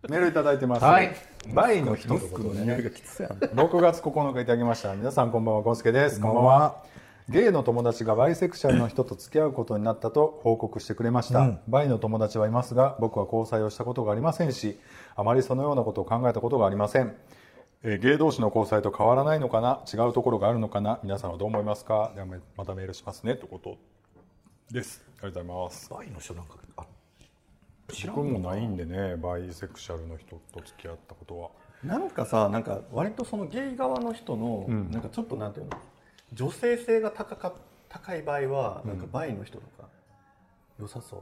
メールいただいてます。 はい。 バイの人ということでね。6月9日いただきました。皆さんこんばんは、ゴンスケです。 こんばんは。 ゲイの友達がバイセクシャルの人と付き合うことになったと報告してくれました。バイの友達はいますが、僕は交際をしたことがありませんし、あまりそのようなことを考えたことがありません。ゲイ同士の交際と変わらないのかな、違うところがあるのかな、皆さんはどう思いますか。ではまたメールしますねということです。ありがとうございます。 バイの人なんか僕もないんでね、バイセクシャルの人と付き合ったことは。 なんかさ、なんか割とそのゲイ側の人の、なんかちょっとなんていうの、女性性が高い場合はなんかバイの人とか良さそう。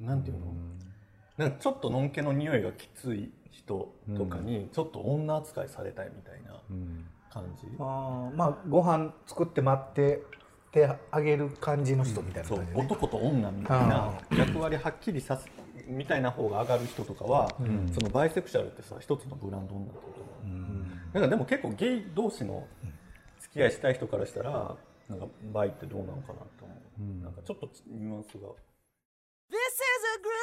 なんていうの、なんかちょっとのんけの匂いがきつい人とかにちょっと女扱いされたいみたいな感じ。 まあご飯作って待っててあげる感じの人みたいな感じで、ね、 男と女みたいな役割はっきりさすみたいな方が上がる人とかは、そのバイセクシャルってさ一つのブランドになってると思う。なんかでも結構ゲイ同士の付き合いしたい人からしたらなんかバイってどうなのかなと思う。なんかちょっとニュアンスが。This is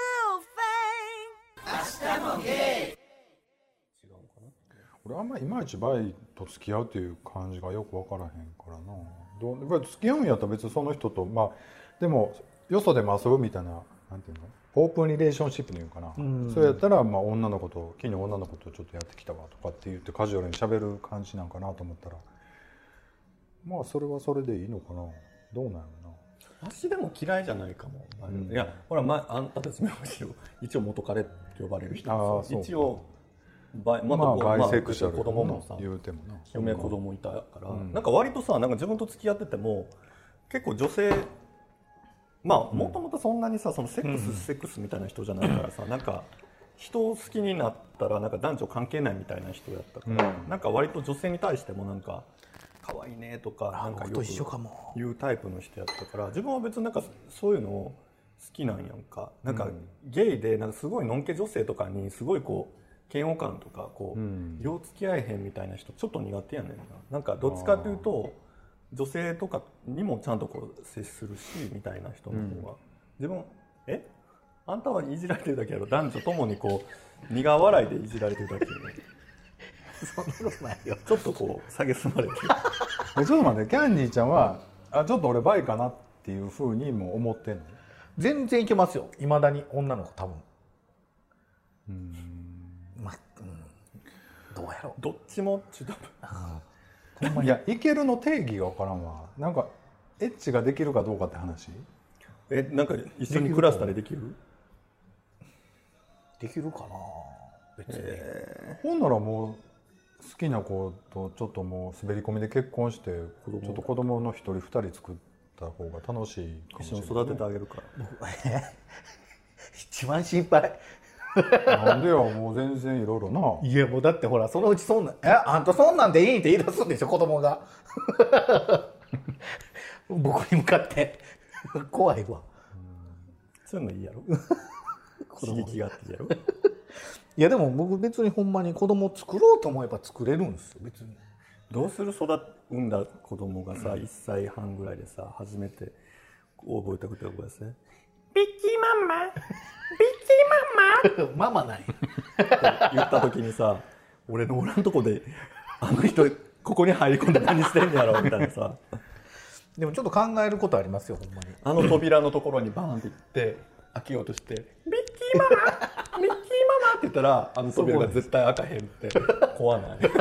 a groove thing. 明日もゲイ。違うのかな。 俺あんまりいまいちバイと付き合うっていう感じがよく分からへんからな。やっぱり付き合うんやったら別にその人とでもよそでも遊ぶみたいな、なんていうの、オープンリレーションシップに言うかな、それやったら女の子と昨日女の子とちょっとやってきたわとかって言ってカジュアルに喋る感じなんかなと思ったら、それはそれでいいのかな。どうなんやろな。 私でも嫌いじゃないかも。いやほら、あんたたちも一応元彼って呼ばれる人ですよ。一応バイセクシャル子供もさ、 言うてもな、 嫁子供いたから、なんか割とさ、なんか自分と付き合ってても結構女性、もともとそんなにさ、そのセックスみたいな人じゃないからさ、なんか人を好きになったらなんか男女関係ないみたいな人やったから、なんか割と女性に対してもなんか可愛いねとかなんかよく言うタイプの人やったから、自分は別になんかそういうのを好きなんやんか。なんかゲイでなんかすごいのんけ女性とかにすごいこう嫌悪感とかこう、よう付き合えへんみたいな人ちょっと苦手やねんな。なんかどっちかというと女性とかにもちゃんとこう接するしみたいな人の方が、自分あんたはいじられてるだけやろ。男女ともにこう苦笑いでいじられてるだけでそんなことないよ。 ちょっとこう蔑まれてる。 ちょっと待って、キャンディーちゃんはちょっと俺バイかなっていうふうにも思ってんの？ 全然いけますよ。いまだに女の子多分。どうやろう。 どっちもいや、いけるの定義が分からんわ。なんかエッチができるかどうかって話。 なんか一緒に暮らしたりできる？ できるかな別に。 ほんならもう好きな子とちょっともう滑り込みで結婚してちょっと子供の一人二人作った方が楽しいかもしれない。 一緒に育ててあげるから。 一番心配。 なんでよ、もう全然いろいろな。 いやもうだってほら、そのうちそんなあんたそんなんでいいんって言い出すんでしょ、子供が。僕に向かって怖いわ。 そういうのいいやろ。刺激があっていいやろ。 いやでも僕別にほんまに子供作ろうと思えば作れるんですよ別に。 どうする？産んだ子供がさ、1歳半ぐらいでさ、初めて覚えたこと覚えますね。ビッキーママビッキーママママない言った時にさ、俺のおらんとこであの人ここに入り込んで何してんやろみたいなさ。 でもちょっと考えることありますよほんまに。 あの扉のところにバーンって行って開けようとしてビッキーママビッキーママって言ったら、あの扉が絶対開かへんって怖ない？ 分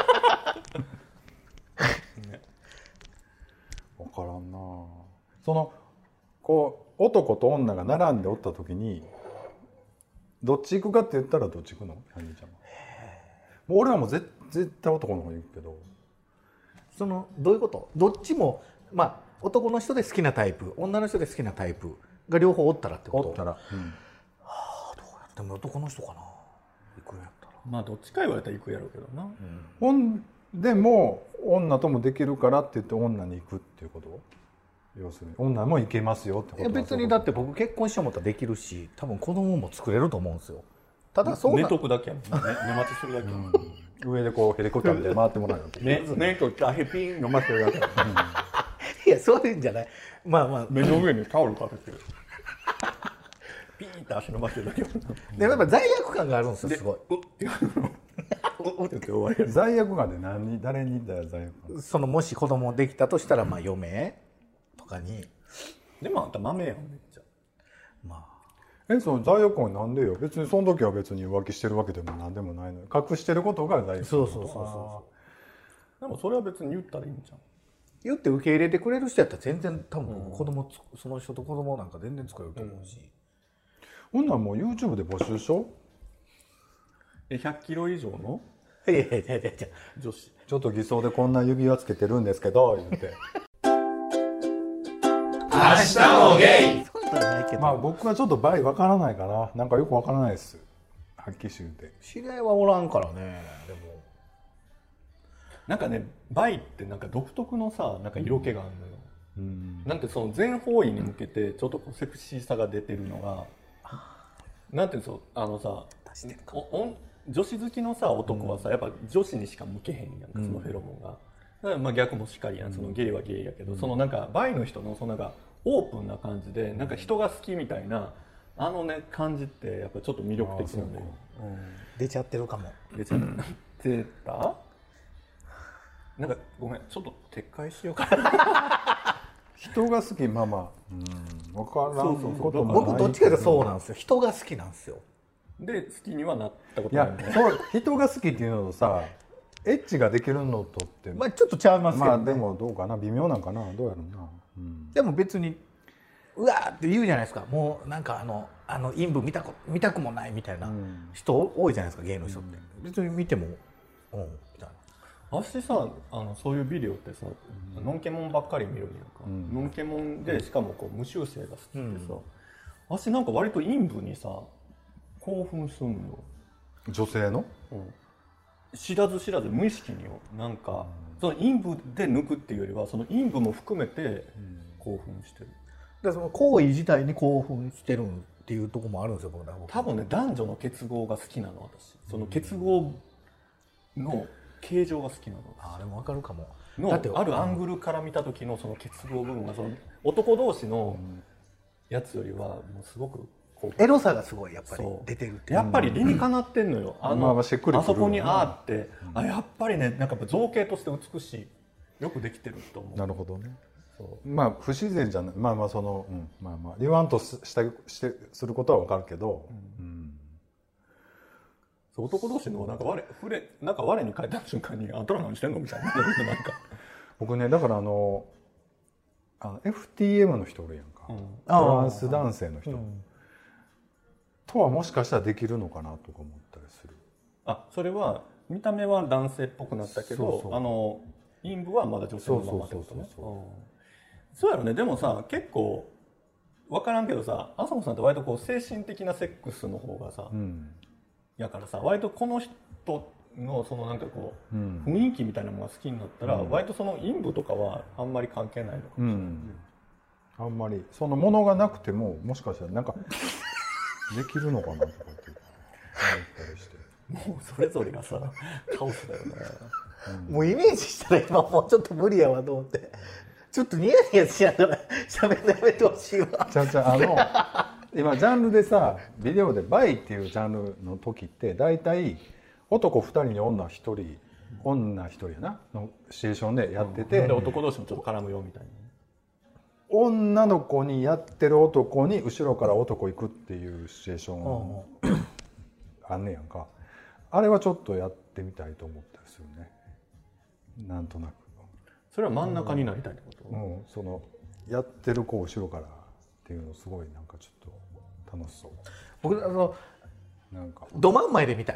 からんな。そのこう男と女が並んでおった時にどっち行くかって言ったらどっち行くの？キャンディーちゃんは。もう俺はもう絶対男の方に行くけど。 そのどういうこと？どっちも男の人で好きなタイプ、女の人で好きなタイプが両方おったらってこと？ おったら。 どうやっても男の人かな。行くんやったら。 どっちか言われたら行くやろうけどな。 ほんでも女ともできるからって言って女に行くっていうこと？要するに女も行けますよってこと？ 別にだって僕結婚してもらったらできるし、多分子供も作れると思うんですよ。ただそう寝とくだけやもんね。寝待ちするだけやもん。 上でこうヘリコプターみたいに回ってもらうよってねとアヘピン飲ませてるだけやもん。 いやそういうんじゃない。 目の上にタオルかけてる。 ピーンって足伸ばしてるだけでやっぱ罪悪感があるんですよすごい。 って言って終わりや罪悪感で誰にだよ罪悪感。 そのもし子供できたとしたらまあ嫁とかにでもあんた豆やんめっちゃ。 まその罪悪感なんでよ。別にその時は別に浮気してるわけでもなんでもないのに隠してることが罪悪感。 そうそでもそれは別に言ったらいいんじゃん。 言って受け入れてくれる人やったら全然多分子供その人と子供なんか全然使えると思うし、 ほんならもう YouTube で募集しよう。 100キロ以上のいや女子。 ちょっと偽装でこんな指輪つけてるんですけど言って明日もゲイそうじゃないけど、 まあ僕はちょっとバイわからないかな。なんかよくわからないです。はっきり言って。 知り合いはおらんからね。でもなんかねバイってなんか独特のさなんか色気があるのよ。 うんなんてその全方位に向けてちょっとこうセクシーさが出てるのが、なんていうのさ女子好きのさ男はさ、やっぱ女子にしか向けへんやんか、そのフェロモンが。だからまあ逆もしかりやん、そのゲイはゲイやけど、そのなんかバイの人のそのなんかオープンな感じでなんか人が好きみたいなね感じってやっぱちょっと魅力的なんだよ。 出ちゃってるかも。 出ちゃってた？なんかごめんちょっと撤回しようかな。 人が好きまあまあわからんこともない。 僕どっちかというとそうなんですよ。人が好きなんですよ。 で好きにはなったこといやないんだよ。 そう人が好きっていうのとさエッチができるのとってまあちょっとちゃいますけど、ね、 まあでもどうかな微妙なんかなどうやろうな、 でも別にうわーって言うじゃないですか。もうなんか陰部見たくもないみたいな人多いじゃないですかゲイの人って、別に見てもみたいな。 私さそういうビデオってさ、ノンケモンばっかり見るんやんか、ノンケモンでしかもこう無修正が好きってさ、私なんか割と陰部にさ興奮すんの。 女性の、 知らず知らず無意識によなんか、その陰部で抜くっていうよりはその陰部も含めて興奮してる。 でその行為自体に興奮してるっていうところもあるんですよ僕ら。 多分ね男女の結合が好きなの私。その結合の形状が好きなの。 あでも分かるかも。 のだってあるアングルから見た時のその結合部分がその男同士のやつよりはもうすごくこうエロさがすごいやっぱりそう出てるって。 やっぱり理にかなってんのよ。 まあしっくりくるあそこにあってやっぱりねなんか造形として美しいよくできてると思う。 なるほどね。まあ不自然じゃないまあまあその、まあまあ言わんとすることはわかるけど、 そう男同士のなんか我に返った瞬間にあんたら何してんのみたいななんか僕ねだからFTM の人おるやんか、トランス男性の人、とはもしかしたらできるのかなとか思ったりする。 それは見た目は男性っぽくなったけど陰部はまだ女性のままってことね。そうやろね。でもさ結構分からんけどさ浅野さんって割とこう精神的なセックスの方がさ、やからさ割とこの人のそのなんかこう、雰囲気みたいなものが好きになったら、割とその陰部とかはあんまり関係ないのかもしれない、 あんまりそのものがなくてももしかしたらなんかできるのかなとかって思ったりしてもうそれぞれがさカオスだよね、 もうイメージしたら今もうちょっと無理やわと思ってちょっとニヤニヤしながら喋るのやめてほしいわ。 今ジャンルでさビデオでバイっていうジャンルの時って大体男2人に女1人女1人やなのシチュエーションでやってて、 で男同士もちょっと絡むよみたいな。 女の子にやってる男に後ろから男行くっていうシチュエーションあんねやんか。あれはちょっとやってみたいと思ったりするね。なんとなく。 それは真ん中になりたいってこと？ そのやってる子を後ろからっていうのすごいなんかちょっと楽しそう。 僕なんかど真ん前で見たい。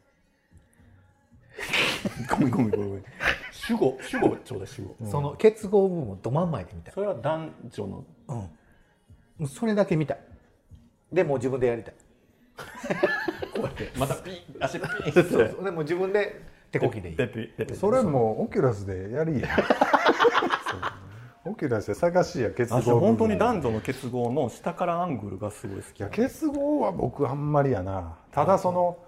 ごめん。主語ちょうだい主語。 その結合部分をど真ん前で見たい。 それは男女の。 もうそれだけ見たい。でもう自分でやりたい。 こうやってまたピン足ピンって。 そうでも自分で手こきでいい。 それもオキュラスでやりや。オキュラスで探しや結合部分。 本当に男女の結合の下からアングルがすごい好き。 いや結合は僕あんまりやな。ただその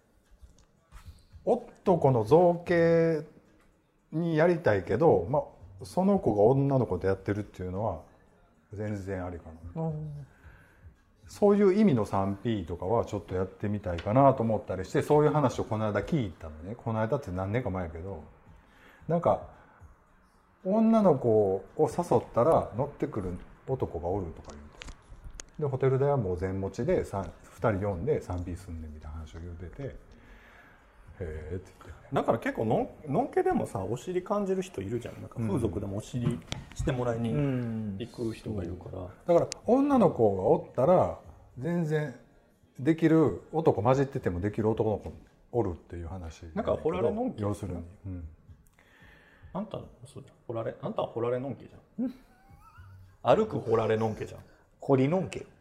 男の造形にやりたいけど、まあ、その子が女の子とやってるっていうのは全然ありかな。 そういう意味の 3P とかはちょっとやってみたいかなと思ったりして、そういう話をこの間聞いたのね。この間って何年か前やけど、なんか女の子を誘ったら乗ってくる男がおるとか言うて、でホテル代はもう全持ちで2人呼んで 3P 住んでみたいな話を言うてて、へえって言って。 だから結構のんけでもさお尻感じる人いるじゃん。なんか風俗でもお尻してもらいに行く人がいるから、 だから女の子がおったら全然できる、男混じっててもできる男の子おるっていう話なんかホラレのんけ要するに、 あんたそうじゃん、ホラレ、あんたはホラレのんけじゃん、歩くホラレのんけじゃん、 ホリのんけ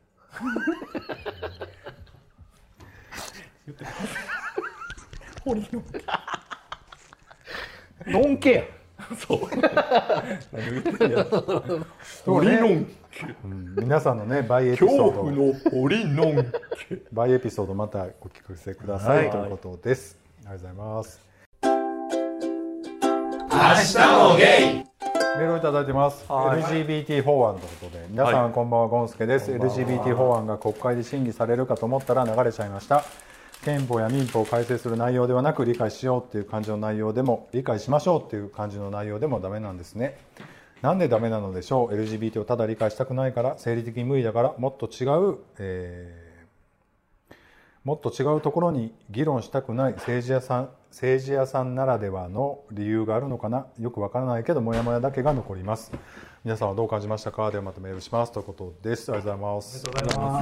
言ってたホリのんけのんけやそう何言ってんやホリのんけ、 皆さんのねバイエピソ恐ード怖のホリのんけバイエピソードまたご聞かせください、ということです。ありがとうございます。 明日もゲイメールをいただいてます。LGBT 法案ということで、皆さんこんばんは、ゴンスケです。LGBT 法案が国会で審議されるかと思ったら流れちゃいました。憲法や民法を改正する内容ではなく、理解しようっていう感じの内容でも、理解しましょうっていう感じの内容でもダメなんですね。なんでダメなのでしょう。 LGBT をただ理解したくないから、生理的に無理だから、もっと違うところに議論したくない政治家さんならではの理由があるのかな、よくわからないけどモヤモヤだけが残ります。皆さんはどう感じましたか。ではまたメールしますということです。ありがとうございます。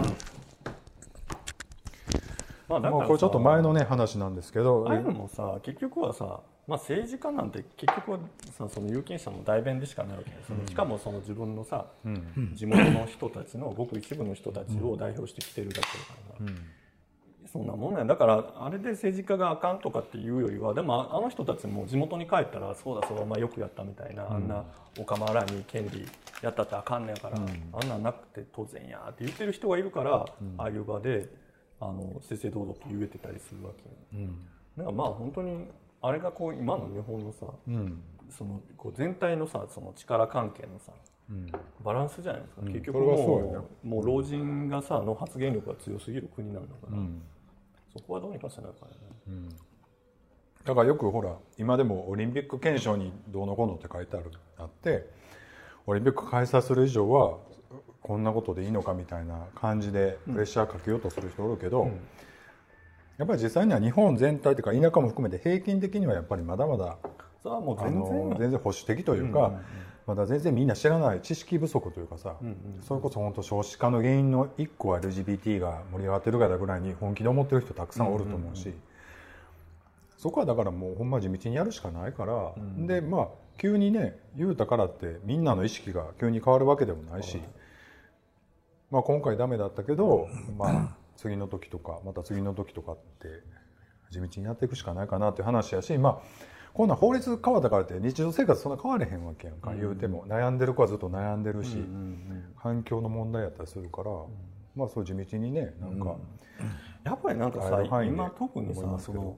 まあだからもうこれちょっと前のね話なんですけど、 ああいうのもさ結局はさ、まあ、政治家なんて結局はさその有権者の代弁でしかないわけですよ、しかもその自分のさ、地元の人たちのごく一部の人たちを代表してきてるだけだから、そんなもんね。だからあれで政治家があかんとかっていうよりは、でもあの人たちも地元に帰ったらそうだそうだお前よくやったみたいな、あんなおかまらに権利やったってあかんねやから、あんなんなくて当然やって言ってる人がいるから、ああいう場で正々堂々と言えてたりするわけ、だからまあ本当にあれがこう今の日本のさ、そのこう全体のさその力関係のさ、バランスじゃないですか、結局もう老人がさの発言力が強すぎる国なんだから、そこはどうにかせないからね、 だからよくほら今でもオリンピック憲章にどうのこうのって書いてあって、オリンピック開催する以上はこんなことでいいのかみたいな感じでプレッシャーかけようとする人おるけど、やっぱり実際には日本全体というか田舎も含めて平均的にはやっぱりまだまだそれはもう全然保守的というか、まだ全然みんな知らない知識不足というかさ、それこそ本当少子化の原因の一個は LGBT が盛り上がってるからぐらいに本気で思ってる人たくさんおると思うし、そこはだからもうほんま地道にやるしかないから、でまあ急にね言うたからってみんなの意識が急に変わるわけでもないし、まあ今回ダメだったけど、まあ次の時とかまた次の時とかって地道にやっていくしかないかなっていう話やし、まあこんな法律変わったからって日常生活そんな変われへんわけやんか、言うても悩んでる子はずっと悩んでるし、環境の問題やったりするから、まあそう地道にねなんか、 やっぱりなんかさ今特にさその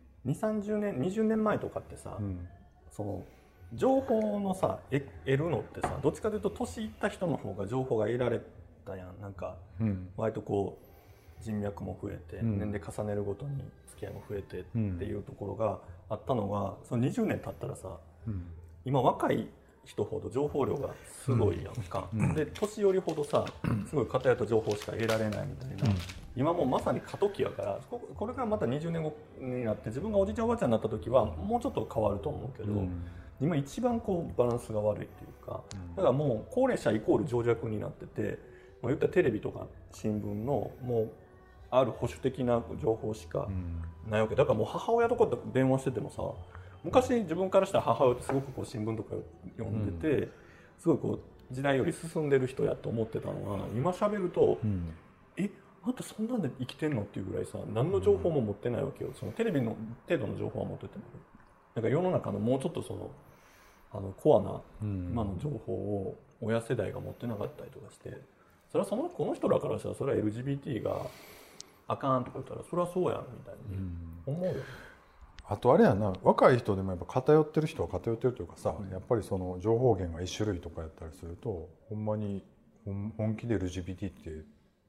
20年20年前とかってさ、その情報のさ得るのってさどっちかというと年いった人の方が情報が得られたやん。なんか、割とこう人脈も増えて、年齢重ねるごとに付き合いも増えてっていうところがあったのが、その20年経ったらさ、今若い人ほど情報量がすごいやんか、で年寄りほどさすごい偏った情報しか得られないみたいな、今もうまさに過渡期やから、これからまた20年後になって自分がおじいちゃんおばあちゃんになった時はもうちょっと変わると思うけど、今一番こうバランスが悪いっていうか、だからもう高齢者イコール情弱になってて、言ったらテレビとか新聞のもうある保守的な情報しかないわけだから、もう母親とかと電話しててもさ、昔自分からしたら母親ってすごくこう新聞とか読んでて、すごいこう時代より進んでる人やと思ってたのが、今喋ると、あんたそんなんで生きてんのっていうぐらいさ、何の情報も持ってないわけよ。そのテレビの程度の情報は持ってても、なんか世の中のもうちょっとそのコアな今の情報を親世代が持ってなかったりとかして、それはこの人らからしたらそれは LGBT があかんとか言ったらそれはそうやんみたいに思うよね。 あとあれやな、若い人でもやっぱ偏ってる人は偏ってるというかさ、やっぱりその情報源が一種類とかやったりすると、ほんまに本気で LGBT って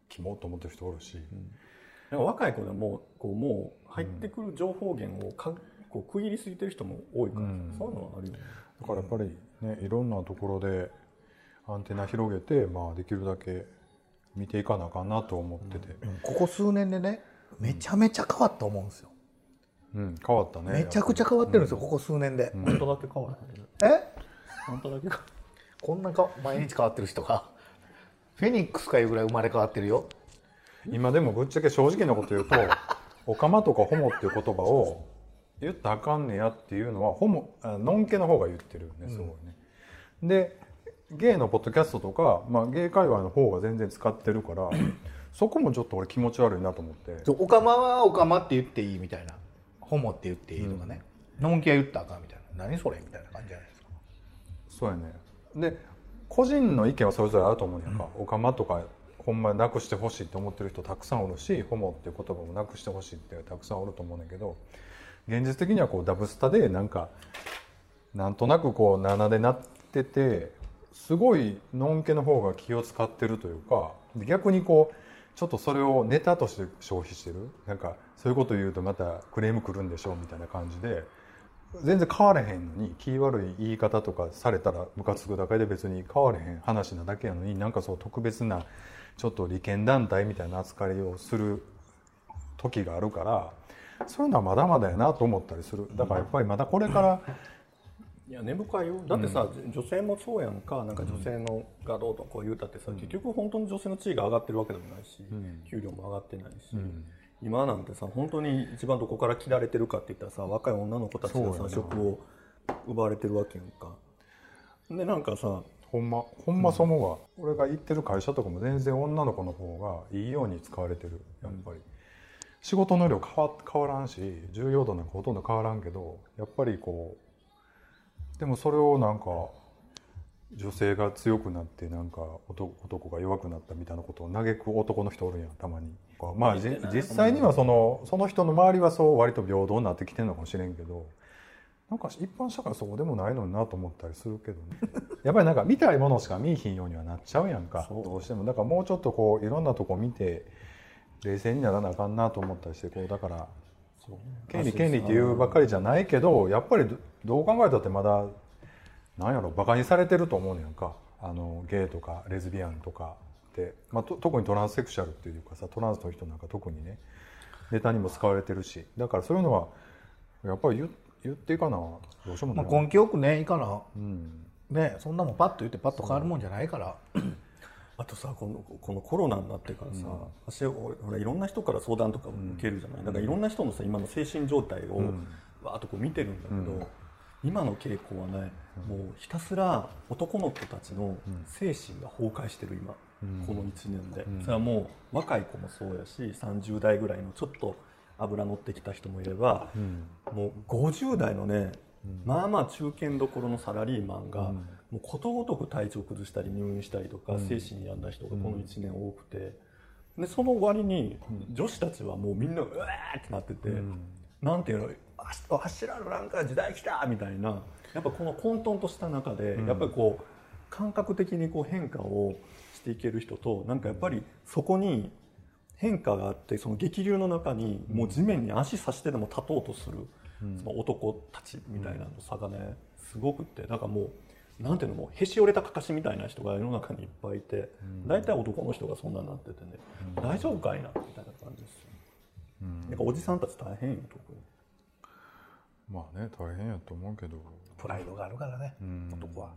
キモと思ってる人おるし、 なんか若い子でももう入ってくる情報源をこう区切りすぎてる人も多いから、そういうのはあるよね。 だからやっぱりね、いろんなところでアンテナ広げて、まあできるだけ見ていかなあかんなと思ってて、 ここ数年でねめちゃめちゃ変わったと思うんですよ。 変わったね。 めちゃくちゃ変わってるんですよ、ここ数年で。 あんただけ変わらへんね。あんただけか。 こんな毎日変わってる人がフェニックスかいうぐらい生まれ変わってるよ。 今でもぶっちゃけ正直なこと言うとオカマとかホモっていう言葉を言ったらあかんねやっていうのはノンケの方が言ってるんですごいね。でゲイのポッドキャストとか、ゲイ界隈の方が全然使ってるからそこもちょっと俺気持ち悪いなと思って。 オカマはオカマって言っていいみたいな、ホモって言っていいとかね、ノンケは言ったらあかんみたいな、何それみたいな感じじゃないですか。 そうやね。で個人の意見はそれぞれあると思うんやんか、オカマとかほんまになくしてほしいって思ってる人たくさんおるし、ホモっていう言葉もなくしてほしいってたくさんおると思うんだけど、現実的にはこうダブスタでなんとなくこう7でなってて、すごいのんけの方が気を使ってるというか、逆にこうちょっとそれをネタとして消費してる、なんかそういうこと言うとまたクレーム来るんでしょうみたいな感じで、全然変われへんのに気悪い言い方とかされたらムカつくだけで別に変われへん話なだけやのに、なんかそう特別なちょっと利権団体みたいな扱いをする時があるから、そういうのはまだまだやなと思ったりする。だからやっぱりまだこれからいや根深いよ。だってさ、女性もそうやんか。なんか女性のがどうとこう言うたってさ、結局本当に女性の地位が上がってるわけでもないし、給料も上がってないし、今なんてさ本当に一番どこから切られてるかって言ったらさ、若い女の子たちがさ職を奪われてるわけやんか。でなんかさほんまそのわ、俺が行ってる会社とかも全然女の子の方がいいように使われてる。やっぱり仕事能力変わらんし、重要度なんかほとんど変わらんけど、やっぱりこうでもそれをなんか女性が強くなってなんか男が弱くなったみたいなことを嘆く男の人おるやん、たまに。実際にはその人の周りはそう割と平等になってきてるのかもしれんけど、なんか一般社会はそうでもないのになと思ったりするけどね。やっぱりなんか見たいものしか見えひんようにはなっちゃうやんか、どうしても。だからもうちょっとこういろんなとこ見て冷静にならなあかんなと思ったりして、こうだから権利っていうばっかりじゃないけど、やっぱりどう考えたってまだなんやろバカにされてると思うねんか、ゲイとかレズビアンとかって、特にトランスセクシャルっていうかさ、トランスの人なんか特にねネタにも使われてるし、だからそういうのはやっぱり言っていかなどうしようもない、 根気よくねいかな、ね、そんなもんパッと言ってパッと変わるもんじゃないから。 あとさこのコロナになってからさ、私俺いろんな人から相談とか受けるじゃない、だからいろんな人のさ今の精神状態をわーっとこう見てるんだけど、今の傾向はね、もうひたすら男の子たちの精神が崩壊してる今、この1年で、それはもう若い子もそうやし、30代ぐらいのちょっと脂乗ってきた人もいれば、もう50代のね、まあまあ中堅どころのサラリーマンが、もうことごとく体調崩したり入院したりとか、精神病んだ人がこの1年多くて、でその割に女子たちはもうみんなうわーってなってて、なんていうの、柱のなんか時代来たみたいな、やっぱこの混沌とした中で、やっぱりこう感覚的にこう変化をしていける人と、なんかやっぱりそこに変化があって、その激流の中にもう地面に足さしてでも立とうとする、その男たちみたいなの差がねすごくって、なんかもうなんていうの、もうへし折れたかかしみたいな人が世の中にいっぱいいて、大体男の人がそんなになっててね、大丈夫かいなみたいな感じですよ。なんかおじさんたち大変よ特に。 まあね、大変やと思うけど、 プライドがあるからね、男は。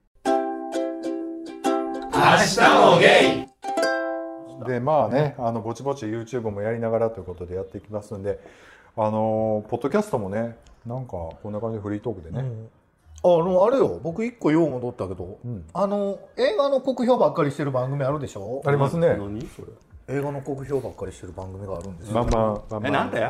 明日もゲイでまあね、ぼちぼち YouTube もやりながらということでやっていきますんで、ポッドキャストもね、なんかこんな感じでフリートークでね、 あれよ、僕一個用戻ったけど、映画の酷評ばっかりしてる番組あるでしょ。 ありますね。 何それ。 映画の酷評ばっかりしてる番組があるんですよ。 バンバンなんて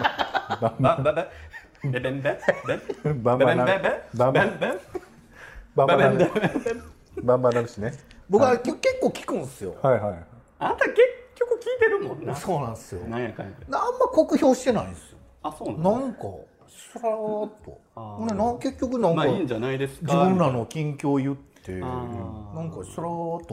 バンバンなるしね。 僕は結構聞くんですよ。 はいはい。 あんた結局聞いてるもんな。 そうなんですよ。 なんやかんや。 あんま酷評してないんですよ。 あ、そうなの。 なんかさらーっと。結局なんかまあいいんじゃないですか。 自分らの近況言って、なんかさらーっと終わって。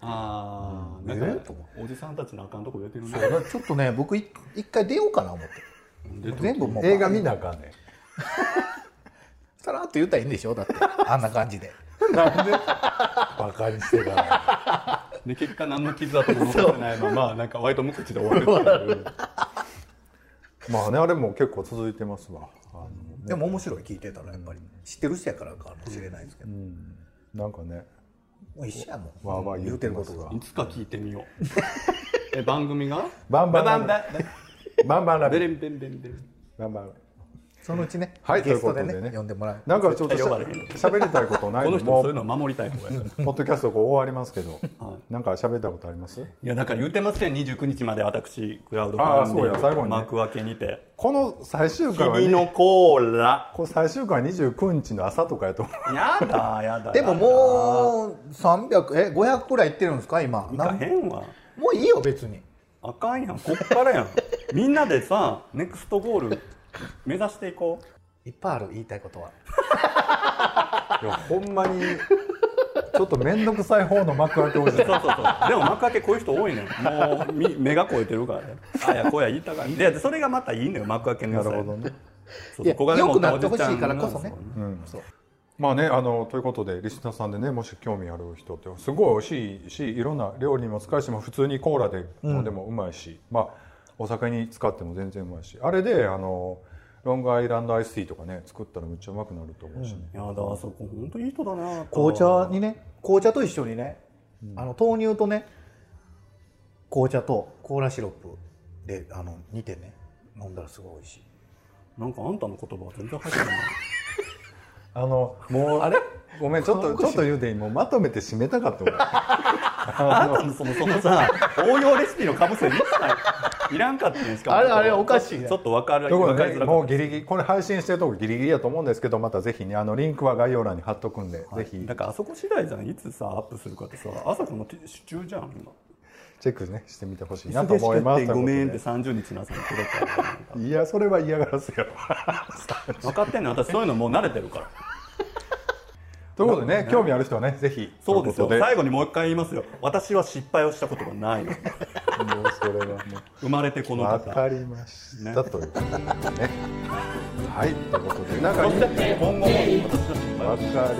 ああ、なんかおじさんたちのあかんとこ出てるね。 ちょっとね僕一回出ようかな思って全部もう映画見なあかんねんさらっと言ったらいいんでしょだってあんな感じでなんでバカにしてからで結果何の傷跡も残せないままなんか割と無口で終わるっていうまあねあれも結構続いてますわでも面白い聞いてたらやっぱり知ってる人やからかもしれないですけど、 なんかねもう一緒やもんわーわー言うてることがいつか聞いてみよう番組がバンバンバンバンバンバンラビベレンベンベンベンバンバンそのうちね、 はいゲストでということでねね呼んでもらうなんかちょっと呼ばれへん喋りたいことないこののも人そういうのは守りたい方やポッドキャストこう終わりますけど、 はなんか喋ったことあります？ いやだから言うてますね29日まで私クラウドフあーァンデそうや最後にねィング幕開けにてこの最終回は君のコーラこれ最終回は29日の朝とかやと思うやだやだでももう300 500くらいいってるんですか今いかへんわもういいよ別にあかんやんこっからやんみんなでさネクストゴール目指していこういっぱいある言いたいことはいやほんまにちょっと面倒くさい方の幕開けおじそうさんそうそうでも幕開けこういう人多いねんもう目が超えてるからねあやこうや言いたがるでそれがまたいいのよ幕開けの良さなるほどねいやそう小金持良くなったおじちゃんってほしいからこそねそうまあねということでリスナーさんでねもし興味ある人ってすごい美味しいしいろんな料理にも使うし普通にコーラで飲んでもうまいし、まあお酒に使っても全然うまいしあれでロングアイランドアイスティーとかね作ったらめっちゃうまくなると思うし、ねやだそこ本当いい人だな紅茶にね紅茶と一緒にね豆乳とね紅茶とコーラシロップで煮てね飲んだらすごい美味しいなんかあんたの言葉は全然入ってないもうあれごめんちょっと言うていいもうまとめて締めたかった俺あなたのそのさ応用レシピのかぶせ一切いらんかったねしかもあれおかしいねちょっと分かるということで、ね、 分かりづらかっもうギリギリこれ配信してるとこギリギリやと思うんですけどまたぜひねリンクは概要欄に貼っとくんで、 たぜひだからあそこ次第じゃんいつさアップするかってさ朝この手中じゃん今チェックねしてみてほしいなと思います。 ごめんってと 30日の朝に届くからいやそれは嫌がらせやろ分かってんの私そういうのもう慣れてるからということでね興味ある人はねぜひそうですよというこ最後にもう一回言いますよ私は失敗をしたことがないのとでもうそれはも生まれてこうの方分かりました、 ねということでねはいということでなんかそして今後も私は失敗を分かり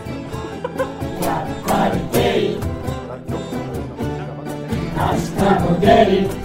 ました明日もゲイ